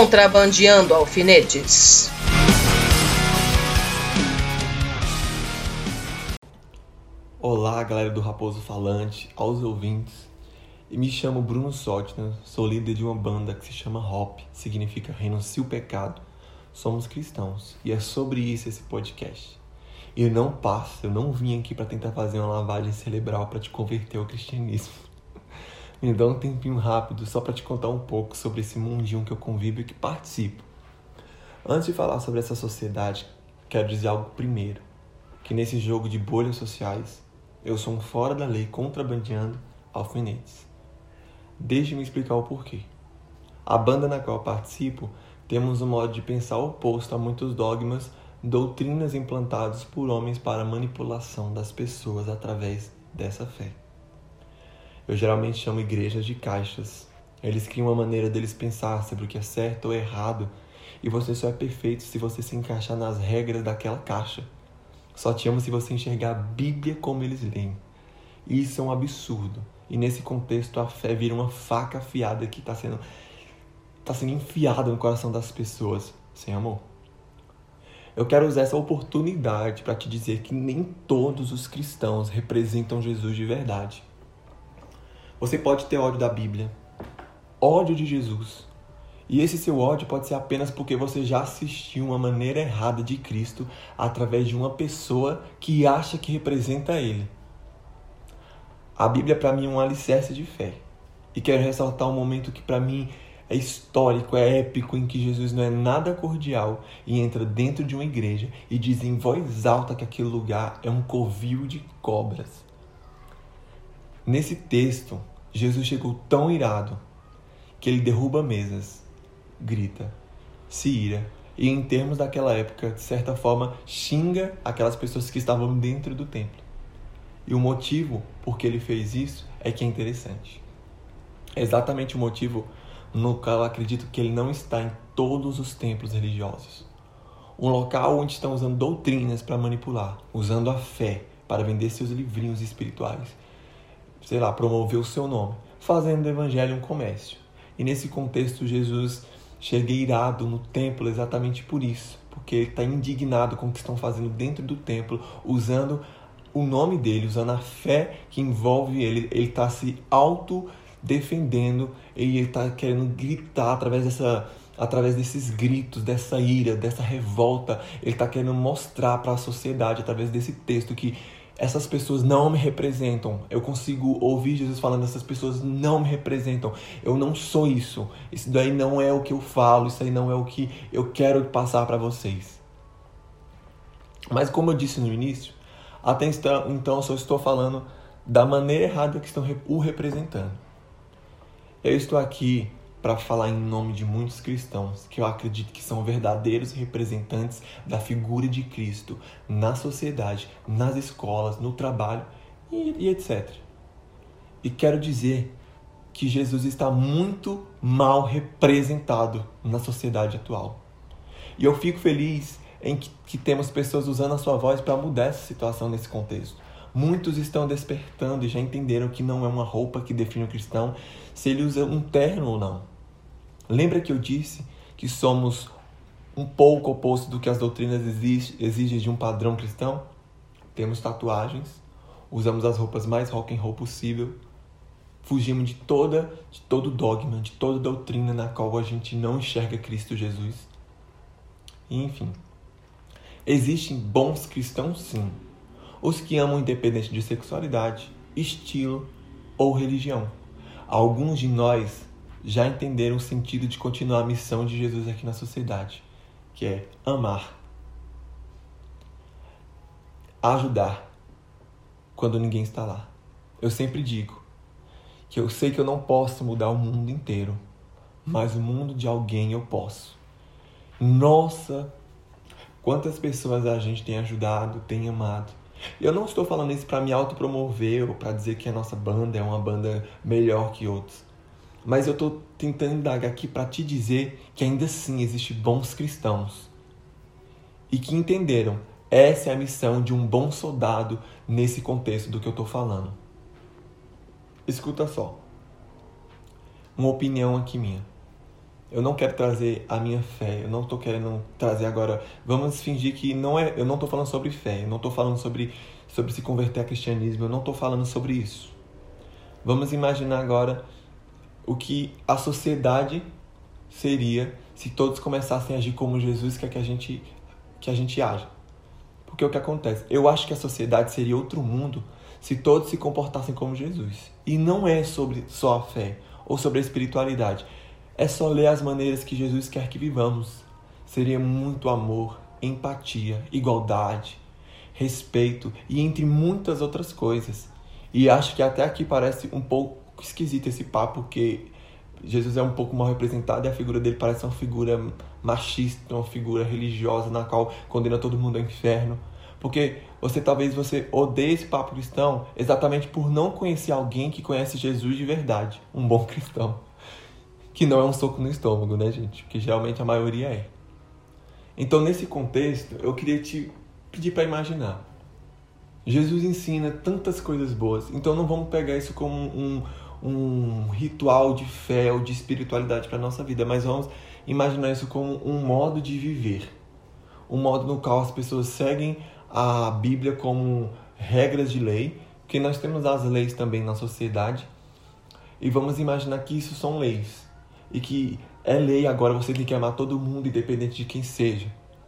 Contrabandeando alfinetes. Olá, galera do Raposo Falante, aos ouvintes. E me chamo Bruno Sotner, sou líder de uma banda que se chama HOP, significa Renuncie o Pecado. Somos cristãos e é sobre isso esse podcast. E eu não vim aqui para tentar fazer uma lavagem cerebral para te converter ao cristianismo. Me dá um tempinho rápido só para te contar um pouco sobre esse mundinho que eu convivo e que participo. Antes de falar sobre essa sociedade, quero dizer algo primeiro, que nesse jogo de bolhas sociais, eu sou um fora da lei contrabandeando alfinetes. Deixe-me explicar o porquê. A banda na qual eu participo temos um modo de pensar oposto a muitos dogmas, doutrinas implantados por homens para a manipulação das pessoas através dessa fé. Eu geralmente chamo igrejas de caixas. Eles criam uma maneira deles pensar sobre o que é certo ou errado, e você só é perfeito se você se encaixar nas regras daquela caixa. Só te amo se você enxergar a Bíblia como eles leem. Isso é um absurdo. E nesse contexto a fé vira uma faca afiada que está sendo enfiada no coração das pessoas, sem amor. Eu quero usar essa oportunidade para te dizer que nem todos os cristãos representam Jesus de verdade. Você pode ter ódio da Bíblia, ódio de Jesus. E esse seu ódio pode ser apenas porque você já assistiu uma maneira errada de Cristo através de uma pessoa que acha que representa Ele. A Bíblia para mim é um alicerce de fé. E quero ressaltar um momento que para mim é histórico, é épico, em que Jesus não é nada cordial e entra dentro de uma igreja e diz em voz alta que aquele lugar é um covil de cobras. Nesse texto, Jesus chegou tão irado que ele derruba mesas, grita, se ira e, em termos daquela época, de certa forma, xinga aquelas pessoas que estavam dentro do templo. E o motivo por que ele fez isso é que é interessante. É exatamente o motivo no qual eu acredito que ele não está em todos os templos religiosos. Um local onde estão usando doutrinas para manipular, usando a fé para vender seus livrinhos espirituais, promover o seu nome, fazendo do evangelho um comércio. E nesse contexto, Jesus chega irado no templo exatamente por isso, porque ele está indignado com o que estão fazendo dentro do templo, usando o nome dele, usando a fé que envolve ele. Ele está se autodefendendo e ele está querendo gritar através desses gritos, dessa ira, dessa revolta. Ele está querendo mostrar para a sociedade, através desse texto, que essas pessoas não me representam. Eu consigo ouvir Jesus falando, essas pessoas não me representam. Eu não sou isso. Isso daí não é o que eu falo, isso aí não é o que eu quero passar para vocês. Mas como eu disse no início, até então eu só estou falando da maneira errada que estão o representando. Eu estou aqui para falar em nome de muitos cristãos que eu acredito que são verdadeiros representantes da figura de Cristo na sociedade, nas escolas, no trabalho e etc. E quero dizer que Jesus está muito mal representado na sociedade atual. E eu fico feliz em que temos pessoas usando a sua voz para mudar essa situação nesse contexto. Muitos estão despertando e já entenderam que não é uma roupa que define o cristão se ele usa um terno ou não. Lembra que eu disse que somos um pouco oposto do que as doutrinas exigem de um padrão cristão? Temos tatuagens, usamos as roupas mais rock and roll possível, fugimos de todo dogma, de toda doutrina na qual a gente não enxerga Cristo Jesus. E, enfim, existem bons cristãos sim, os que amam independente de sexualidade, estilo ou religião. Alguns de nós já entenderam o sentido de continuar a missão de Jesus aqui na sociedade, que é amar, ajudar quando ninguém está lá. Eu sempre digo que eu sei que eu não posso mudar o mundo inteiro, mas o mundo de alguém eu posso. Nossa, quantas pessoas a gente tem ajudado, tem amado. Eu não estou falando isso para me autopromover ou para dizer que a nossa banda é uma banda melhor que outros. Mas eu estou tentando indagar aqui para te dizer que ainda assim existem bons cristãos. E que entenderam, essa é a missão de um bom soldado nesse contexto do que eu estou falando. Escuta só. Uma opinião aqui minha. Eu não quero trazer a minha fé, eu não estou querendo trazer agora... Vamos fingir que não é... Eu não estou falando sobre fé, eu não estou falando sobre se converter a cristianismo, eu não estou falando sobre isso. Vamos imaginar agora o que a sociedade seria se todos começassem a agir como Jesus quer que a gente age. Porque o que acontece? Eu acho que a sociedade seria outro mundo se todos se comportassem como Jesus. E não é sobre só a fé ou sobre a espiritualidade. É só ler as maneiras que Jesus quer que vivamos. Seria muito amor, empatia, igualdade, respeito e entre muitas outras coisas. E acho que até aqui parece um pouco esquisito esse papo, porque Jesus é um pouco mal representado e a figura dele parece uma figura machista, uma figura religiosa na qual condena todo mundo ao inferno. Porque talvez você odeie esse papo cristão exatamente por não conhecer alguém que conhece Jesus de verdade, um bom cristão. Que não é um soco no estômago, né, gente? Que geralmente a maioria é. Então, nesse contexto, eu queria te pedir para imaginar. Jesus ensina tantas coisas boas, então não vamos pegar isso como um ritual de fé ou de espiritualidade para a nossa vida, mas vamos imaginar isso como um modo de viver. Um modo no qual as pessoas seguem a Bíblia como regras de lei, porque nós temos as leis também na sociedade, e vamos imaginar que isso são leis. E que é lei agora, você tem que amar todo mundo, independente de quem seja.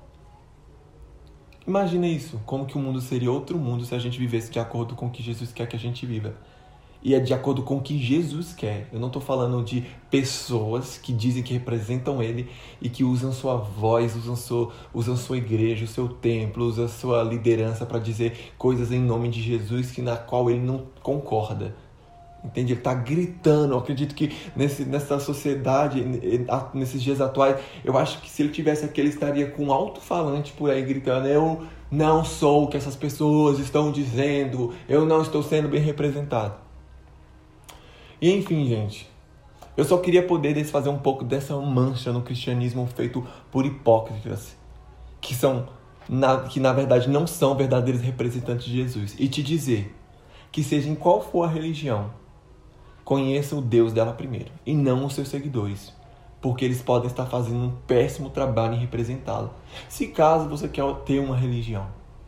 Imagina isso, como que o mundo seria outro mundo se a gente vivesse de acordo com o que Jesus quer que a gente viva. E é de acordo com o que Jesus quer. Eu não estou falando de pessoas que dizem que representam Ele e que usam sua voz, usam sua igreja, o seu templo, usam sua liderança para dizer coisas em nome de Jesus na qual Ele não concorda. Entende? Ele está gritando. Eu acredito que nessa sociedade, nesses dias atuais, eu acho que se ele tivesse aqui, ele estaria com um alto-falante por aí gritando: eu não sou o que essas pessoas estão dizendo, eu não estou sendo bem representado. E enfim, gente, eu só queria poder desfazer um pouco dessa mancha no cristianismo feito por hipócritas, que na verdade não são verdadeiros representantes de Jesus, e te dizer que seja em qual for a religião, conheça o Deus dela primeiro, e não os seus seguidores, porque eles podem estar fazendo um péssimo trabalho em representá-lo, se caso você quer ter uma religião.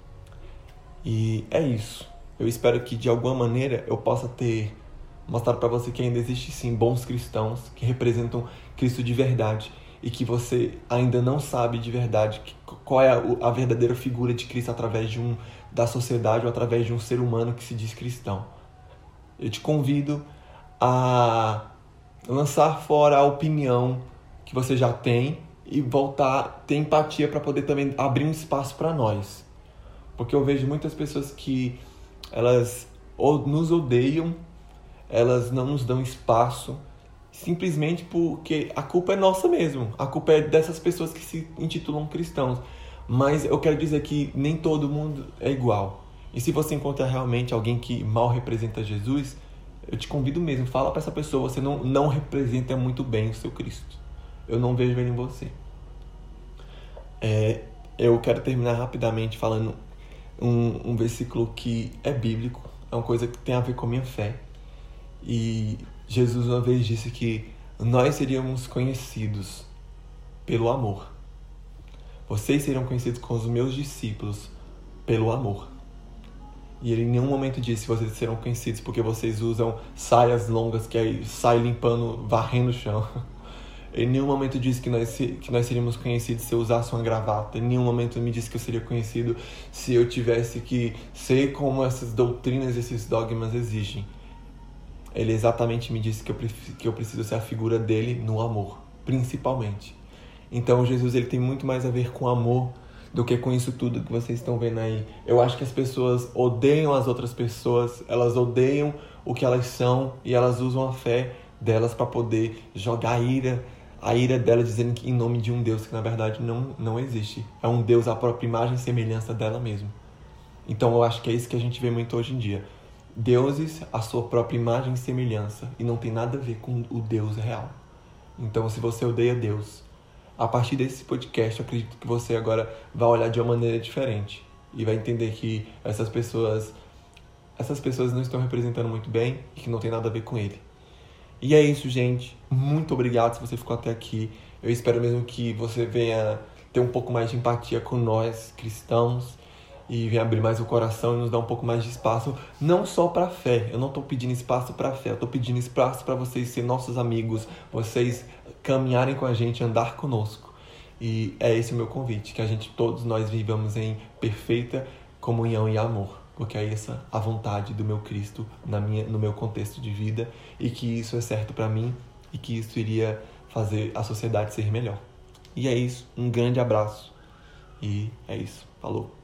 E é isso. Eu espero que de alguma maneira eu possa ter mostrado para você que ainda existe sim bons cristãos que representam Cristo de verdade, e que você ainda não sabe de verdade qual é a verdadeira figura de Cristo através da sociedade ou através de um ser humano que se diz cristão. Eu te convido a lançar fora a opinião que você já tem e voltar a ter empatia para poder também abrir um espaço para nós. Porque eu vejo muitas pessoas que elas nos odeiam, elas não nos dão espaço, simplesmente porque a culpa é nossa mesmo. A culpa é dessas pessoas que se intitulam cristãos. Mas eu quero dizer que nem todo mundo é igual. E se você encontrar realmente alguém que mal representa Jesus, eu te convido mesmo, fala para essa pessoa: você não representa muito bem o seu Cristo. Eu não vejo ele em você. Eu quero terminar rapidamente falando um versículo que é bíblico, é uma coisa que tem a ver com a minha fé. E Jesus uma vez disse que nós seríamos conhecidos pelo amor. Vocês serão conhecidos com os meus discípulos pelo amor. E ele em nenhum momento disse: vocês serão conhecidos porque vocês usam saias longas que aí sai limpando, varrendo o chão. Ele em nenhum momento disse que nós seríamos conhecidos se eu usasse uma gravata. Em nenhum momento me disse que eu seria conhecido se eu tivesse que ser como essas doutrinas, esses dogmas exigem. Ele exatamente me disse que eu preciso ser a figura dele no amor, principalmente. Então Jesus ele tem muito mais a ver com amor do que com isso tudo que vocês estão vendo aí. Eu acho que as pessoas odeiam as outras pessoas, elas odeiam o que elas são e elas usam a fé delas para poder jogar a ira delas, dizendo que em nome de um Deus que na verdade não existe. É um Deus à própria imagem e semelhança dela mesmo. Então eu acho que é isso que a gente vê muito hoje em dia. Deuses à sua própria imagem e semelhança, e não tem nada a ver com o Deus real. Então se você odeia Deus, a partir desse podcast, eu acredito que você agora vai olhar de uma maneira diferente e vai entender que essas pessoas não estão representando muito bem e que não tem nada a ver com ele. E é isso, gente. Muito obrigado se você ficou até aqui. Eu espero mesmo que você venha ter um pouco mais de empatia com nós, cristãos, e venha abrir mais o coração e nos dar um pouco mais de espaço, não só para fé. Eu não estou pedindo espaço para fé, eu estou pedindo espaço para vocês serem nossos amigos, vocês caminharem com a gente, andar conosco. E é esse o meu convite, que a gente, todos nós vivamos em perfeita comunhão e amor, porque é essa a vontade do meu Cristo no meu contexto de vida, e que isso é certo para mim e que isso iria fazer a sociedade ser melhor. E é isso, um grande abraço e é isso, falou!